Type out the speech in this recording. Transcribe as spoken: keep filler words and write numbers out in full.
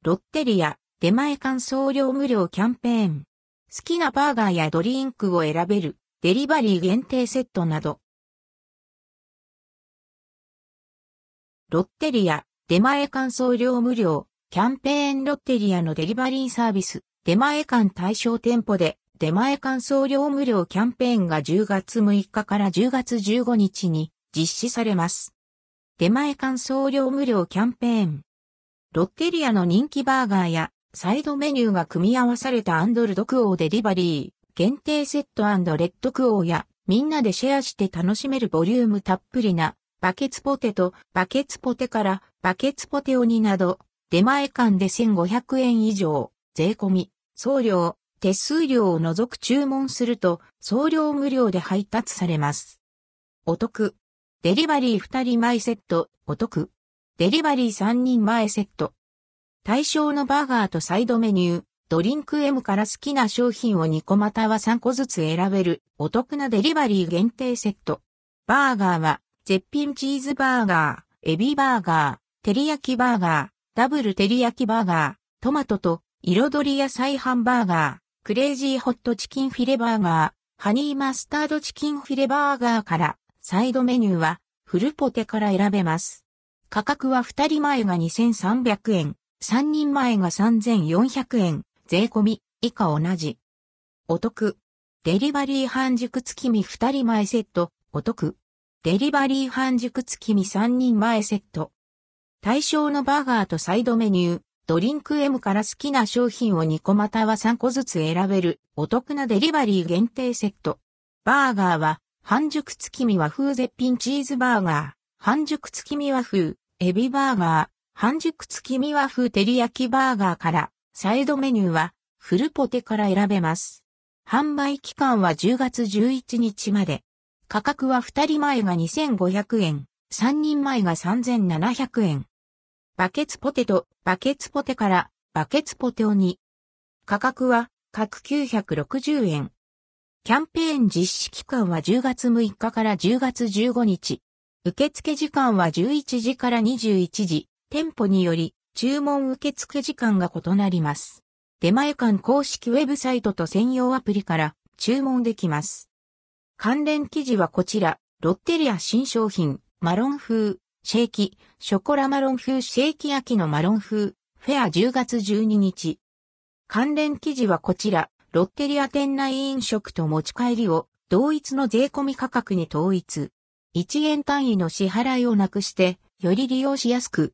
ロッテリア、出前館送料無料キャンペーン。好きなバーガーやドリンクを選べる、デリバリー限定セットなど。ロッテリア、出前館送料無料、キャンペーンロッテリアのデリバリーサービス、出前館対象店舗で、出前館送料無料キャンペーンがじゅうがつむいかからじゅうがつじゅうごにちに実施されます。出前館送料無料キャンペーン。ロッテリアの人気バーガーやサイドメニューが組み合わされたアンドルドクオーデリバリー、限定セット&レッドクオーやみんなでシェアして楽しめるボリュームたっぷりなバケツポテト、バケツポテからバケツポテオニなど出前館でせんごひゃくえん以上、税込み、送料、手数料を除く注文すると送料無料で配達されます。お得。デリバリーふたりまえセット、お得。デリバリーさんにんまえセット。対象のバーガーとサイドメニュー、ドリンク エム から好きな商品をにこまたはさんこずつ選べるお得なデリバリー限定セット。バーガーは絶品チーズバーガー、エビバーガー、照り焼きバーガー、ダブル照り焼きバーガー、トマトと彩り野菜ハンバーガー、クレイジーホットチキンフィレバーガー、ハニーマスタードチキンフィレバーガーから、サイドメニューはフルポテから選べます。価格はふたりまえがにせんさんびゃくえん、さんにんまえがさんぜんよんひゃくえん、税込み、以下同じ。お得。デリバリー半熟月見ふたりまえセット、お得。デリバリー半熟月見さんにんまえセット。対象のバーガーとサイドメニュー、ドリンク エム から好きな商品をにこまたはさんこずつ選べるお得なデリバリー限定セット。バーガーは半熟月見和風絶品チーズバーガー、半熟月見和風、エビバーガー、半熟月見和風照り焼きバーガーから、サイドメニューはフルポテから選べます。販売期間はじゅうがつじゅういちにちまで。価格はふたりまえがにせんごひゃくえん、さんにんまえがさんぜんななひゃくえん。バケツポテト、バケツポテからバケツポテオニ。価格は各きゅうひゃくろくじゅうえん。キャンペーン実施期間はじゅうがつむいかからじゅうがつじゅうごにち。受付時間はじゅういちじからにじゅういちじ。店舗により注文受付時間が異なります。出前館公式ウェブサイトと専用アプリから注文できます。関連記事はこちら、ロッテリア新商品、マロン風、シェーキ、ショコラマロン風シェーキ秋のマロン風、フェアじゅうがつじゅうににち。関連記事はこちら、ロッテリア店内飲食と持ち帰りを同一の税込み価格に統一。いちえん単位の支払いをなくして、より利用しやすく、